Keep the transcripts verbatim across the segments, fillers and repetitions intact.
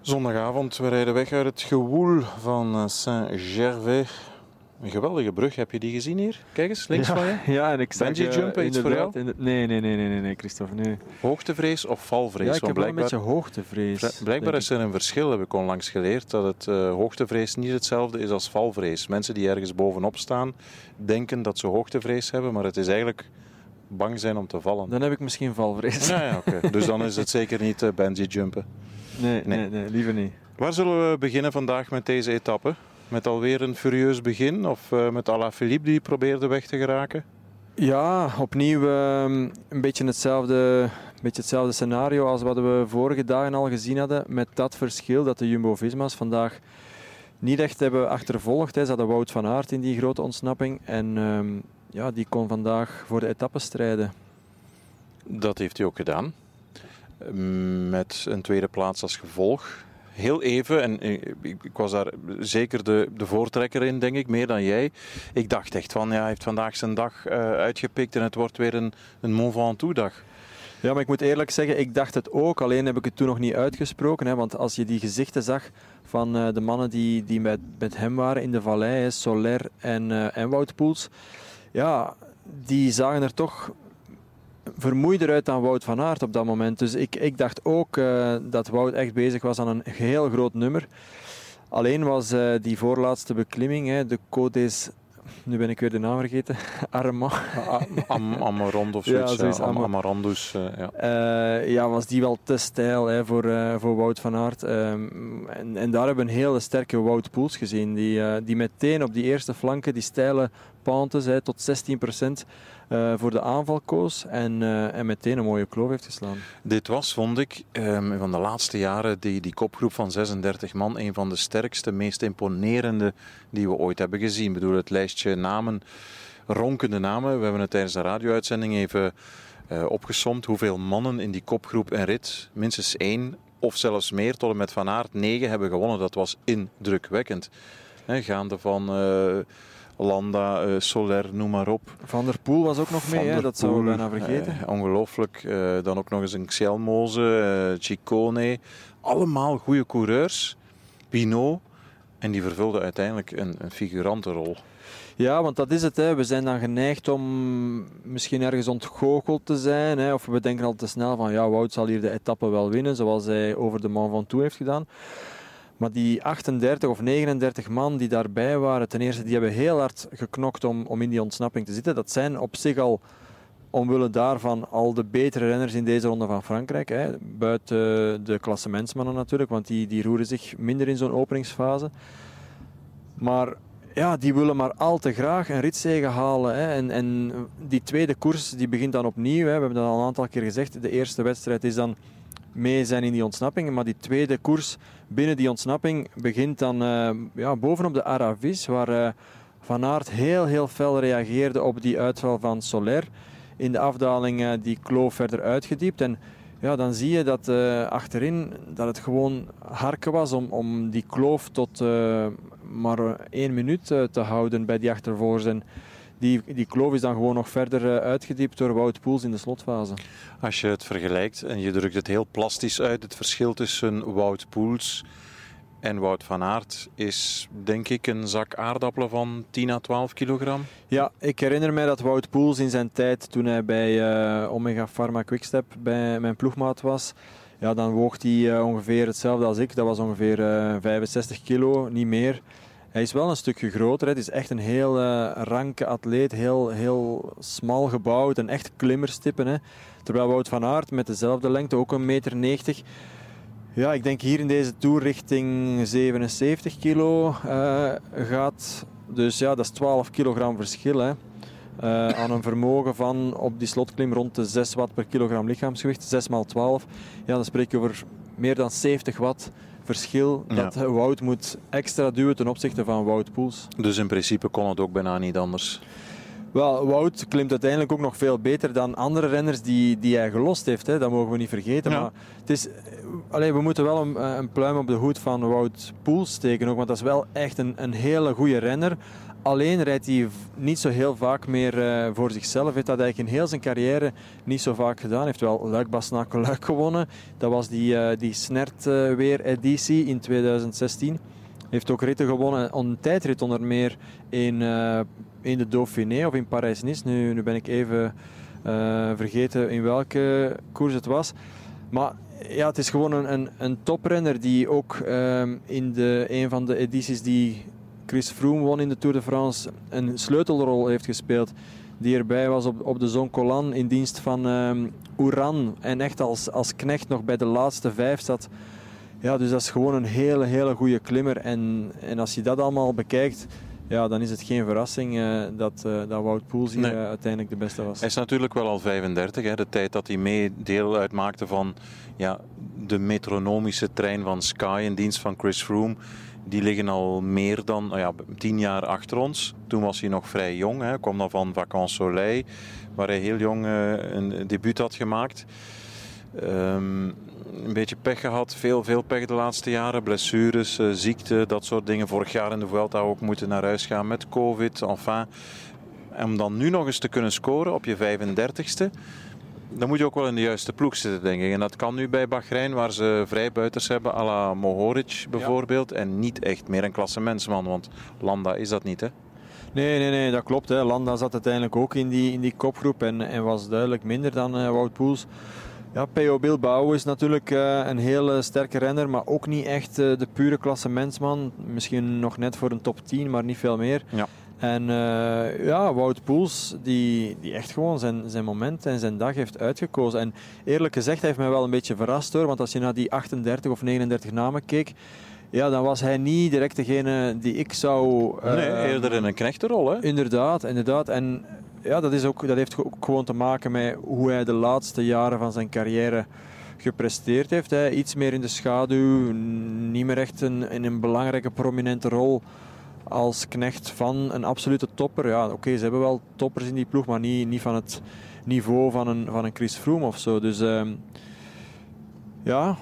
Zondagavond, we rijden weg uit het gewoel van Saint-Gervais. Een geweldige brug, heb je die gezien hier? Kijk eens, links ja, van je. Ja, en ik zag Bungee jumpen, iets voor jou? De, nee, nee, nee, nee, nee, Christophe, nee. Hoogtevrees of valvrees? Ja, ik Want heb wel een blijkbaar, beetje hoogtevrees. Blijkbaar is er een verschil, heb ik onlangs geleerd, dat het uh, hoogtevrees niet hetzelfde is als valvrees. Mensen die ergens bovenop staan, denken dat ze hoogtevrees hebben, maar het is eigenlijk bang zijn om te vallen. Dan heb ik misschien valvrees. Ja, ja, oké. Okay. Dus dan is het zeker niet uh, bungee jumpen. Nee, nee, nee, nee, liever niet. Waar zullen we beginnen vandaag met deze etappe? Met alweer een furieus begin? Of uh, met Alaphilippe die probeerde weg te geraken? Ja, opnieuw uh, een beetje hetzelfde, een beetje hetzelfde scenario als wat we vorige dagen al gezien hadden. Met dat verschil dat de Jumbo-Visma's vandaag niet echt hebben achtervolgd. Hè. Ze hadden Wout van Aert in die grote ontsnapping. En uh, ja, die kon vandaag voor de etappe strijden. Dat heeft hij ook gedaan. Met een tweede plaats als gevolg. Heel even, en ik was daar zeker de, de voortrekker in, denk ik, meer dan jij. Ik dacht echt van, ja, hij heeft vandaag zijn dag uh, uitgepikt en het wordt weer een, een Mont Ventoux-dag. Ja, maar ik moet eerlijk zeggen, ik dacht het ook, alleen heb ik het toen nog niet uitgesproken. Hè, want als je die gezichten zag van uh, de mannen die, die met, met hem waren in de vallei, hè, Soler en, uh, en Wout Poels, ja, die zagen er toch vermoeider uit dan Wout van Aert op dat moment. Dus ik, ik dacht ook uh, dat Wout echt bezig was aan een heel groot nummer. Alleen was uh, die voorlaatste beklimming, hè, de Côte des... Nu ben ik weer de naam vergeten. Armand. Am, Amarond of zoiets. Ja, ja, Am, Amarandus. Uh, ja. Uh, ja, was die wel te steil hè, voor, uh, voor Wout van Aert. Um, en, en daar hebben we een hele sterke Wout Poels gezien. Die, uh, die meteen op die eerste flanken, die steile pentes, hè, tot zestien procent uh, voor de aanval koos. En, uh, en meteen een mooie kloof heeft geslaan. Dit was, vond ik, um, van de laatste jaren die, die kopgroep van zesendertig man. Een van de sterkste, meest imponerende die we ooit hebben gezien. Ik bedoel, het lijstje namen, ronkende namen. We hebben het tijdens de radio-uitzending even uh, opgesomd. Hoeveel mannen in die kopgroep en rit, minstens één of zelfs meer, tot en met Van Aert negen hebben gewonnen. Dat was indrukwekkend. He, gaande van uh, Landa, uh, Soler, noem maar op. Van der Poel was ook nog mee, hè? Dat zouden we bijna vergeten. Uh, ongelooflijk. Uh, dan ook nog eens een Xelmoze, uh, Ciccone. Allemaal goede coureurs. Pinot. En die vervulde uiteindelijk een, een figurante rol. Ja, want dat is het. Hè. We zijn dan geneigd om misschien ergens ontgoocheld te zijn. Hè. Of we denken al te snel van ja, Wout zal hier de etappe wel winnen, zoals hij over de Mont Ventoux heeft gedaan. Maar die achtendertig of negenendertig man die daarbij waren, ten eerste, die hebben heel hard geknokt om, om in die ontsnapping te zitten. Dat zijn op zich al, omwille daarvan, al de betere renners in deze ronde van Frankrijk. Hè. Buiten de klassementsmannen natuurlijk, want die, die roeren zich minder in zo'n openingsfase. Maar ja, die willen maar al te graag een ritzege halen. Hè. En, en die tweede koers die begint dan opnieuw. Hè. We hebben dat al een aantal keer gezegd. De eerste wedstrijd is dan mee zijn in die ontsnapping. Maar die tweede koers binnen die ontsnapping begint dan uh, ja, bovenop de Aravis, waar uh, Van Aert heel, heel fel reageerde op die uitval van Soler. In de afdaling uh, die kloof verder uitgediept. En ja, dan zie je dat uh, achterin dat het gewoon harken was om, om die kloof tot uh, maar één minuut uh, te houden bij die achtervolgers. En die, die kloof is dan gewoon nog verder uh, uitgediept door Wout Poels in de slotfase. Als je het vergelijkt en je drukt het heel plastisch uit, het verschil tussen Wout Poels en Wout van Aert is denk ik een zak aardappelen van tien à twaalf kilogram. Ja, ik herinner mij dat Wout Poels in zijn tijd, toen hij bij uh, Omega Pharma Quickstep bij mijn ploegmaat was, ja, dan woog hij uh, ongeveer hetzelfde als ik. Dat was ongeveer uh, vijfenzestig kilo, niet meer. Hij is wel een stukje groter. Hè. Het is echt een heel uh, ranke atleet, heel, heel smal gebouwd en echt klimmerstippen. Hè. Terwijl Wout van Aert met dezelfde lengte, ook een meter negentig. Ja, ik denk hier in deze Tour richting zevenenzeventig kilo uh, gaat. Dus ja, dat is twaalf kilogram verschil. Hè. Uh, aan een vermogen van op die slotklim rond de zes watt per kilogram lichaamsgewicht. zes maal twaalf. Ja, dan spreek je over meer dan zeventig watt verschil. Ja. Dat Wout moet extra duwen ten opzichte van Wout Poels. Dus in principe kon het ook bijna niet anders. Wel, Wout klimt uiteindelijk ook nog veel beter dan andere renners die, die hij gelost heeft. Hè. Dat mogen we niet vergeten. Ja. Maar het is, allez, we moeten wel een, een pluim op de hoed van Wout Poels steken. Ook, want dat is wel echt een, een hele goede renner. alleen rijdt hij niet zo heel vaak meer uh, voor zichzelf. Heeft dat eigenlijk in heel zijn carrière niet zo vaak gedaan. Hij heeft wel Luik-Bastenaken-Luik gewonnen. Dat was die, uh, die Snert uh, weer editie in tweeduizend zestien. Hij heeft ook ritten gewonnen, een tijdrit onder meer in, uh, in de Dauphiné of in Parijs-Nice. Nu, nu ben ik even uh, vergeten in welke koers het was. Maar ja, het is gewoon een, een, een toprenner die ook uh, in de, een van de edities die Chris Froome won in de Tour de France een sleutelrol heeft gespeeld. Die erbij was op, op de Zoncolan in dienst van um, Uran. En echt als, als knecht nog bij de laatste vijf zat. Ja, dus dat is gewoon een hele, hele goede klimmer. En, en als je dat allemaal bekijkt, ja, dan is het geen verrassing uh, dat, uh, dat Wout Poels hier nee. uh, uiteindelijk de beste was. Hij is natuurlijk wel al vijfendertig. Hè, de tijd dat hij mee deel uitmaakte van ja, de metronomische trein van Sky in dienst van Chris Froome. Die liggen al meer dan nou ja, tien jaar achter ons. Toen was hij nog vrij jong. Hij kwam dan van Vacances Soleil, waar hij heel jong uh, een debuut had gemaakt. Um, een beetje pech gehad, veel, veel pech de laatste jaren. Blessures, uh, ziekte, dat soort dingen. Vorig jaar in de Vuelta ook moeten naar huis gaan met COVID. Enfin. En om dan nu nog eens te kunnen scoren op je vijfendertigste... dan moet je ook wel in de juiste ploeg zitten, denk ik. En dat kan nu bij Bahrein, waar ze vrijbuiters hebben, à la Mohoric bijvoorbeeld. Ja. En niet echt meer een klassementsman, want Landa is dat niet, hè? Nee, nee, nee, dat klopt. Hè. Landa zat uiteindelijk ook in die, in die kopgroep en, en was duidelijk minder dan uh, Wout Poels. Ja, P O Bilbao is natuurlijk uh, een hele sterke renner, maar ook niet echt uh, de pure klassementsman. Misschien nog net voor een top tien, maar niet veel meer. Ja. En uh, ja, Wout Poels, die, die echt gewoon zijn, zijn moment en zijn dag heeft uitgekozen. En eerlijk gezegd, hij heeft mij wel een beetje verrast hoor. Want als je naar die achtendertig of negenendertig namen keek, ja, dan was hij niet direct degene die ik zou... Uh, nee, eerder in een knechtenrol, hè? Inderdaad, inderdaad. En ja, dat, is ook, dat heeft ook gewoon te maken met hoe hij de laatste jaren van zijn carrière gepresteerd heeft. Hè. Iets meer in de schaduw, niet meer echt een, in een belangrijke, prominente rol als knecht van een absolute topper. Ja, oké, okay, ze hebben wel toppers in die ploeg, maar niet, niet van het niveau van een, van een Chris Froome of zo. Dus um, ja,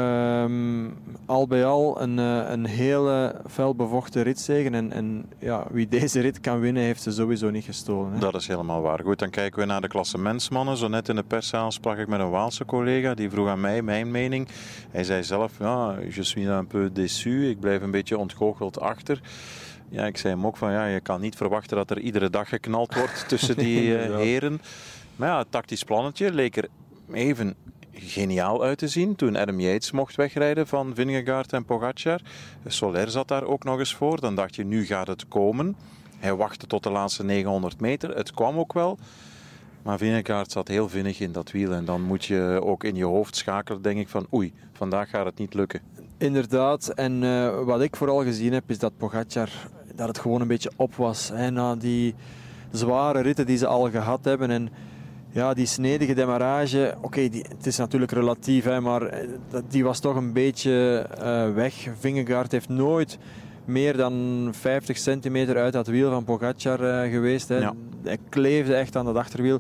um, al bij al een, een hele fel bevochten ritzege. En, en ja, wie deze rit kan winnen, heeft ze sowieso niet gestolen. Hè? Dat is helemaal waar. Goed, dan kijken we naar de klassementsmannen. Zo net in de perszaal sprak ik met een Waalse collega. Die vroeg aan mij mijn mening. Hij zei zelf, ja, je suis un peu déçu. Ik blijf een beetje ontgoocheld achter. Ja, ik zei hem ook van, ja, je kan niet verwachten dat er iedere dag geknald wordt tussen die uh, heren. Maar ja, het tactisch plannetje leek er even geniaal uit te zien toen Adam Yates mocht wegrijden van Vingegaard en Pogacar. Soler zat daar ook nog eens voor. Dan dacht je, nu gaat het komen. Hij wachtte tot de laatste negenhonderd meter. Het kwam ook wel. Maar Vingegaard zat heel vinnig in dat wiel. En dan moet je ook in je hoofd schakelen, denk ik, van oei, vandaag gaat het niet lukken. Inderdaad. En uh, wat ik vooral gezien heb, is dat Pogacar, dat het gewoon een beetje op was. Hè, na die zware ritten die ze al gehad hebben. En ja, die snedige demarrage, oké, okay, het is natuurlijk relatief, hè, maar die was toch een beetje uh, weg. Vingegaard heeft nooit meer dan vijftig centimeter uit dat wiel van Pogacar uh, geweest. Hè. Ja. Hij kleefde echt aan dat achterwiel.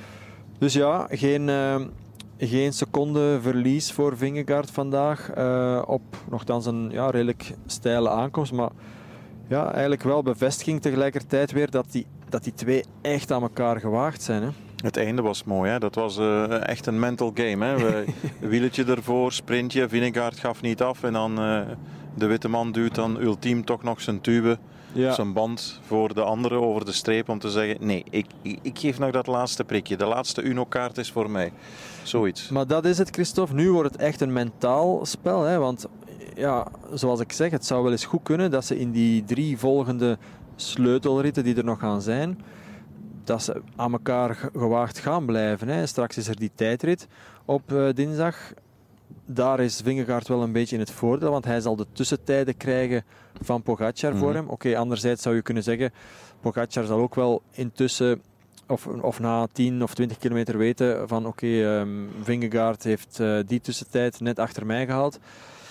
Dus ja, geen, uh, geen seconde verlies voor Vingegaard vandaag. Uh, op nogthans een ja, redelijk steile aankomst. Maar ja, eigenlijk wel bevestiging tegelijkertijd weer dat die, dat die twee echt aan elkaar gewaagd zijn. Hè. Het einde was mooi, hè? Dat was uh, echt een mental game. Hè? We, wieletje ervoor, sprintje, Vingegaard gaf niet af en dan uh, de witte man duwt dan ultiem toch nog zijn tube, ja. zijn band voor de andere over de streep om te zeggen, nee, ik, ik, ik geef nog dat laatste prikje. De laatste Uno-kaart is voor mij. Zoiets. Maar dat is het, Christophe. Nu wordt het echt een mentaal spel, hè? Want ja, zoals ik zeg, het zou wel eens goed kunnen dat ze in die drie volgende sleutelritten die er nog gaan zijn, dat ze aan elkaar gewaagd gaan blijven. Hè. Straks is er die tijdrit op uh, dinsdag. Daar is Vingegaard wel een beetje in het voordeel, want hij zal de tussentijden krijgen van Pogacar mm-hmm. voor hem. Oké, okay, anderzijds zou je kunnen zeggen, Pogacar zal ook wel intussen, of, of na tien of twintig kilometer weten van oké, okay, um, Vingegaard heeft uh, die tussentijd net achter mij gehaald.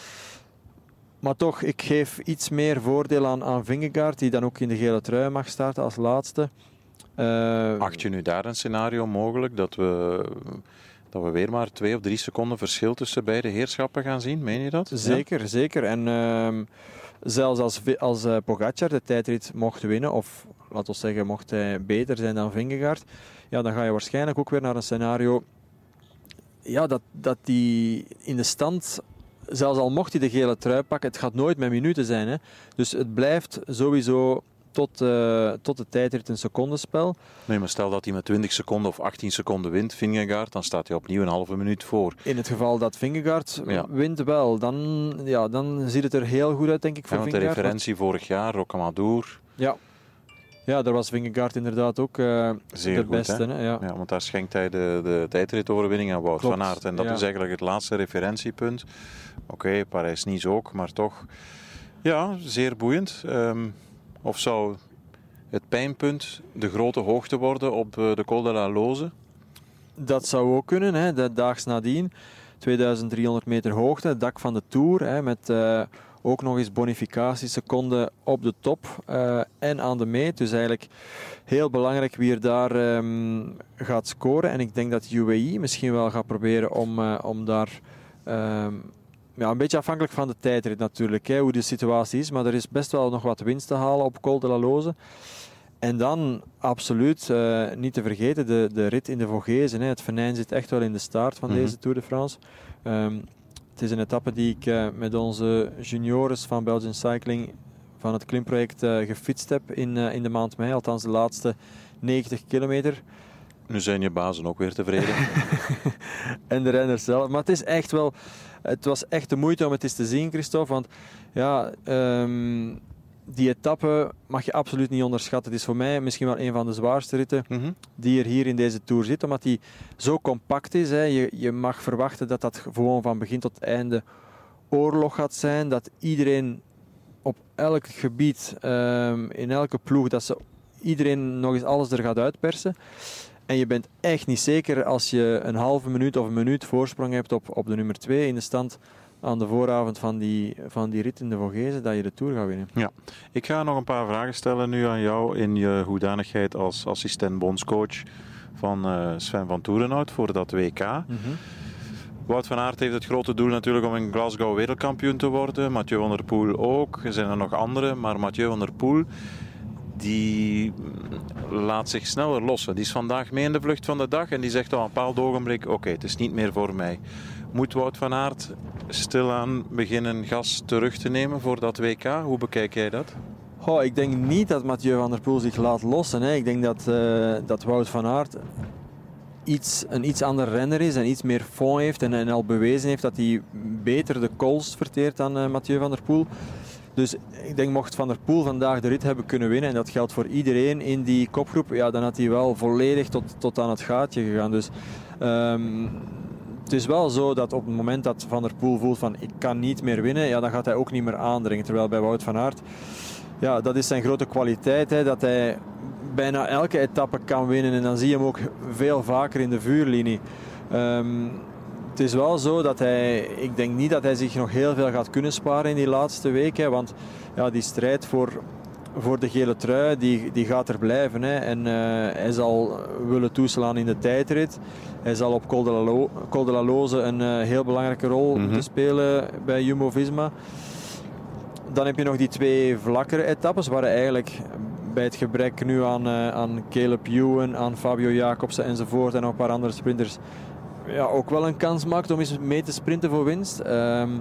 Maar toch, ik geef iets meer voordeel aan, aan Vingegaard, die dan ook in de gele trui mag starten als laatste. Uh, Acht je nu daar een scenario mogelijk dat we dat we weer maar twee of drie seconden verschil tussen beide heerschappen gaan zien. Meen je dat? Zeker, ja? zeker. En uh, zelfs als, als uh, Pogacar de tijdrit mocht winnen, of laten we zeggen, mocht hij beter zijn dan Vingegaard, ja, dan ga je waarschijnlijk ook weer naar een scenario ja, dat, dat die in de stand, zelfs al mocht hij de gele trui pakken, het gaat nooit met minuten zijn. Hè. Dus het blijft sowieso tot, uh, tot de tijdrit een secondenspel. Nee, maar stel dat hij met twintig seconden of achttien seconden wint, Vingegaard, dan staat hij opnieuw een halve minuut voor. In het geval dat Vingegaard ja. wint wel, dan, ja, dan ziet het er heel goed uit, denk ik, voor ja, want Vingegaard. de referentie vorig jaar, Rocamadour. Ja. Ja, daar was Vingegaard inderdaad ook uh, Zeer de goed, beste. Hè? Hè? Ja. Ja, want daar schenkt hij de, de tijdritoverwinning aan Wout Klopt, van Aert. En dat ja. is eigenlijk het laatste referentiepunt. Oké, okay, Parijs-Nice ook, maar toch ja, zeer boeiend. Um, of zou het pijnpunt de grote hoogte worden op de Col de la Loze? Dat zou ook kunnen, hè? De daags nadien. tweeduizend driehonderd meter hoogte, het dak van de Tour, hè? Met uh, ook nog eens bonificatieseconden op de top uh, en aan de meet. Dus eigenlijk heel belangrijk wie er daar um, gaat scoren. En ik denk dat U A E misschien wel gaat proberen om, uh, om daar... Um, ja, een beetje afhankelijk van de tijdrit natuurlijk, hè, hoe de situatie is. Maar er is best wel nog wat winst te halen op Col de la Loze. En dan absoluut uh, niet te vergeten de, de rit in de Vogezen. Hè. Het venijn zit echt wel in de staart van mm-hmm. deze Tour de France. Um, het is een etappe die ik uh, met onze juniores van Belgian Cycling van het klimproject uh, gefietst heb in, uh, in de maand mei. Althans de laatste negentig kilometer. Nu zijn je bazen ook weer tevreden. En de renners zelf. Maar het is echt wel... Het was echt de moeite om het eens te zien, Christophe. Want ja, um, die etappe mag je absoluut niet onderschatten. Het is voor mij misschien wel een van de zwaarste ritten mm-hmm. die er hier in deze Tour zit. Omdat die zo compact is. Hè. Je, je mag verwachten dat dat gewoon van begin tot einde oorlog gaat zijn. Dat iedereen op elk gebied, um, in elke ploeg, dat ze iedereen nog eens alles er gaat uitpersen. En je bent echt niet zeker als je een halve minuut of een minuut voorsprong hebt op, op de nummer twee in de stand aan de vooravond van die, van die rit in de Vogezen, dat je de Tour gaat winnen. Ja, ik ga nog een paar vragen stellen nu aan jou in je hoedanigheid als assistent bondscoach van uh, Sven van Toerenhout voor dat W K. Mm-hmm. Wout van Aert heeft het grote doel natuurlijk om in Glasgow wereldkampioen te worden. Mathieu van der Poel ook. Er zijn er nog andere, maar Mathieu van der Poel die laat zich sneller lossen. Die is vandaag mee in de vlucht van de dag en die zegt op een bepaald ogenblik, oké, okay, het is niet meer voor mij. Moet Wout van Aert stilaan beginnen gas terug te nemen voor dat W K? Hoe bekijk jij dat? Oh, ik denk niet dat Mathieu van der Poel zich laat lossen. Hè. Ik denk dat, uh, dat Wout van Aert iets, een iets ander renner is en iets meer fond heeft en, en al bewezen heeft dat hij beter de cols verteert dan uh, Mathieu van der Poel. Dus ik denk, mocht Van der Poel vandaag de rit hebben kunnen winnen, en dat geldt voor iedereen in die kopgroep, ja, dan had hij wel volledig tot, tot aan het gaatje gegaan. Dus um, het is wel zo dat op het moment dat Van der Poel voelt van ik kan niet meer winnen, ja, dan gaat hij ook niet meer aandringen. Terwijl bij Wout van Aert, ja, dat is zijn grote kwaliteit, hè, dat hij bijna elke etappe kan winnen. En dan zie je hem ook veel vaker in de vuurlinie. Um, Het is wel zo dat hij, ik denk niet dat hij zich nog heel veel gaat kunnen sparen in die laatste weken. Want ja, die strijd voor, voor de gele trui, die, die gaat er blijven. Hè. En uh, hij zal willen toeslaan in de tijdrit. Hij zal op Col de la, Lo- Col de la Loze een uh, heel belangrijke rol mm-hmm. moeten spelen bij Jumbo-Visma. Dan heb je nog die twee vlakkere etappes, waar hij eigenlijk bij het gebrek nu aan, uh, aan Caleb Ewan, aan Fabio Jacobsen enzovoort en nog een paar andere sprinters, ja, ook wel een kans maakt om eens mee te sprinten voor winst. Um,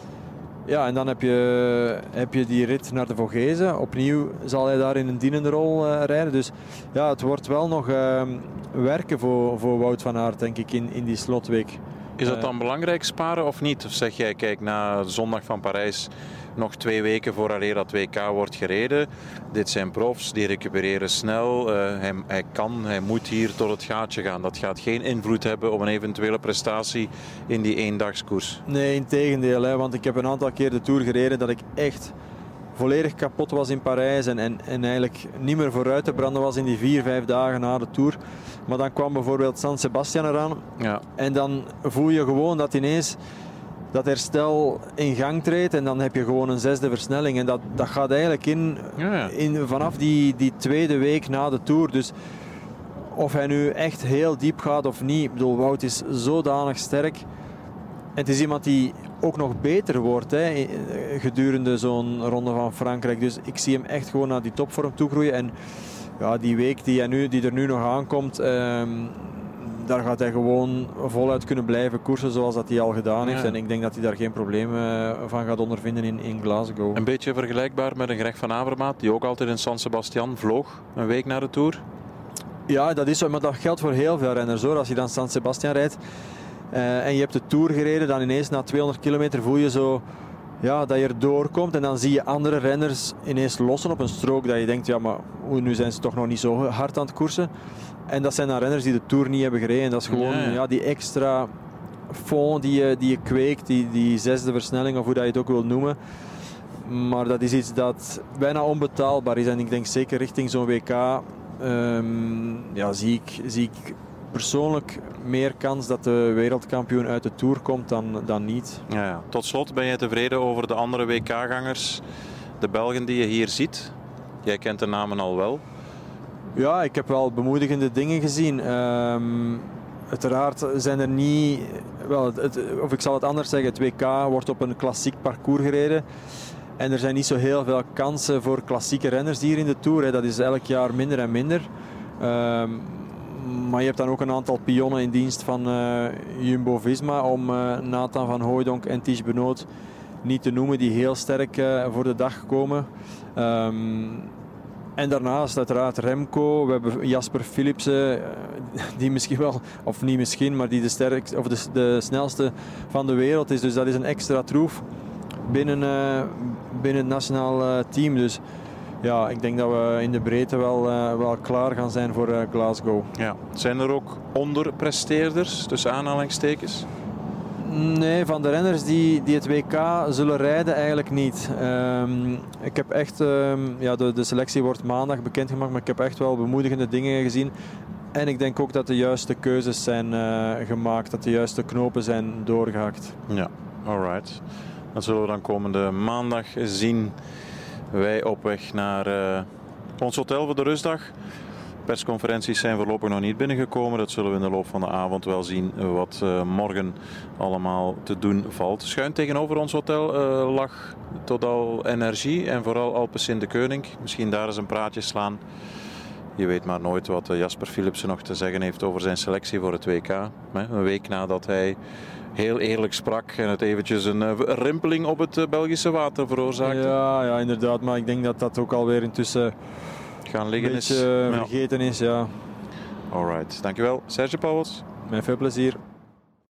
ja, en dan heb je, heb je die rit naar de Vogezen. Opnieuw zal hij daar in een dienende rol uh, rijden. Dus ja, het wordt wel nog uh, werken voor, voor Wout van Aert, denk ik, in, in die slotweek. Is dat dan belangrijk, sparen of niet? Of zeg jij, kijk, na de zondag van Parijs nog twee weken vooraleer dat W K wordt gereden. Dit zijn profs, die recupereren snel. Uh, hij, hij kan, hij moet hier tot het gaatje gaan. Dat gaat geen invloed hebben op een eventuele prestatie in die eendagskoers. Nee, integendeel. Hè, want ik heb een aantal keer de Tour gereden dat ik echt volledig kapot was in Parijs en, en, en eigenlijk niet meer vooruit te branden was in die vier, vijf dagen na de Tour. Maar dan kwam bijvoorbeeld San Sebastian eraan. Ja. En dan voel je gewoon dat ineens dat herstel in gang treedt en dan heb je gewoon een zesde versnelling. En dat, dat gaat eigenlijk in, ja, ja. in vanaf die, die tweede week na de Tour. Dus of hij nu echt heel diep gaat of niet. Ik bedoel, Wout is zodanig sterk. En het is iemand die ook nog beter wordt hè, gedurende zo'n ronde van Frankrijk. Dus ik zie hem echt gewoon naar die topvorm toegroeien. En ja, die week die, hij nu, die er nu nog aankomt, um, daar gaat hij gewoon voluit kunnen blijven koersen zoals dat hij al gedaan heeft. Ja. En ik denk dat hij daar geen problemen van gaat ondervinden in, in Glasgow. Een beetje vergelijkbaar met een Greg van Avermaet, die ook altijd in San Sebastian vloog, een week na de Tour. Ja, dat is zo, maar dat geldt voor heel veel renners hoor. Als je dan San Sebastian rijdt uh, en je hebt de Tour gereden, dan ineens na tweehonderd kilometer voel je zo ja, dat je er doorkomt. En dan zie je andere renners ineens lossen op een strook dat je denkt, ja maar nu zijn ze toch nog niet zo hard aan het koersen. En dat zijn dan renners die de Tour niet hebben gereden. En dat is gewoon ja, ja. Ja, die extra fond die je, die je kweekt, die, die zesde versnelling of hoe dat je het ook wil noemen. Maar dat is iets dat bijna onbetaalbaar is. En ik denk zeker richting zo'n W K um, ja, zie, ik, zie ik persoonlijk meer kans dat de wereldkampioen uit de Tour komt dan, dan niet. Ja, ja. Tot slot, ben jij tevreden over de andere W K-gangers, de Belgen die je hier ziet? Jij kent de namen al wel. Ja, ik heb wel bemoedigende dingen gezien. Um, uiteraard zijn er niet... Wel, het, het, of ik zal het anders zeggen, het W K wordt op een klassiek parcours gereden. En er zijn niet zo heel veel kansen voor klassieke renners hier in de Tour. Hè. Dat is elk jaar minder en minder. Um, maar je hebt dan ook een aantal pionnen in dienst van uh, Jumbo-Visma om uh, Nathan van Hooijdonk en Tiesj Benoot niet te noemen, die heel sterk uh, voor de dag komen. Um, En daarnaast uiteraard Remco, we hebben Jasper Philipsen, die misschien wel, of niet misschien, maar die de, sterkste, of de, de snelste van de wereld is. Dus dat is een extra troef binnen, uh, binnen het nationaal team. Dus ja, ik denk dat we in de breedte wel, uh, wel klaar gaan zijn voor uh, Glasgow. Ja. Zijn er ook onderpresteerders, tussen aanhalingstekens? Nee, van de renners die, die het W K zullen rijden eigenlijk niet. Um, ik heb echt, um, ja, de, de selectie wordt maandag bekendgemaakt, maar ik heb echt wel bemoedigende dingen gezien. En ik denk ook dat de juiste keuzes zijn uh, gemaakt, dat de juiste knopen zijn doorgehakt. Ja, alright. Dat zullen we dan komende maandag zien. Wij op weg naar uh, ons hotel voor de rustdag. Persconferenties zijn voorlopig nog niet binnengekomen. Dat zullen we in de loop van de avond wel zien wat uh, morgen allemaal te doen valt. Schuin tegenover ons hotel uh, lag Total Energie en vooral Alpecin de Koning. Misschien daar eens een praatje slaan. Je weet maar nooit wat uh, Jasper Philipsen nog te zeggen heeft over zijn selectie voor het W K. Hè? Een week nadat hij heel eerlijk sprak en het eventjes een uh, rimpeling op het uh, Belgische water veroorzaakte. Ja, ja, inderdaad. Maar ik denk dat dat ook alweer intussen gaan liggen een beetje is. vergeten is. Ja. Alright, dankjewel. Serge Pauwels. Met veel plezier.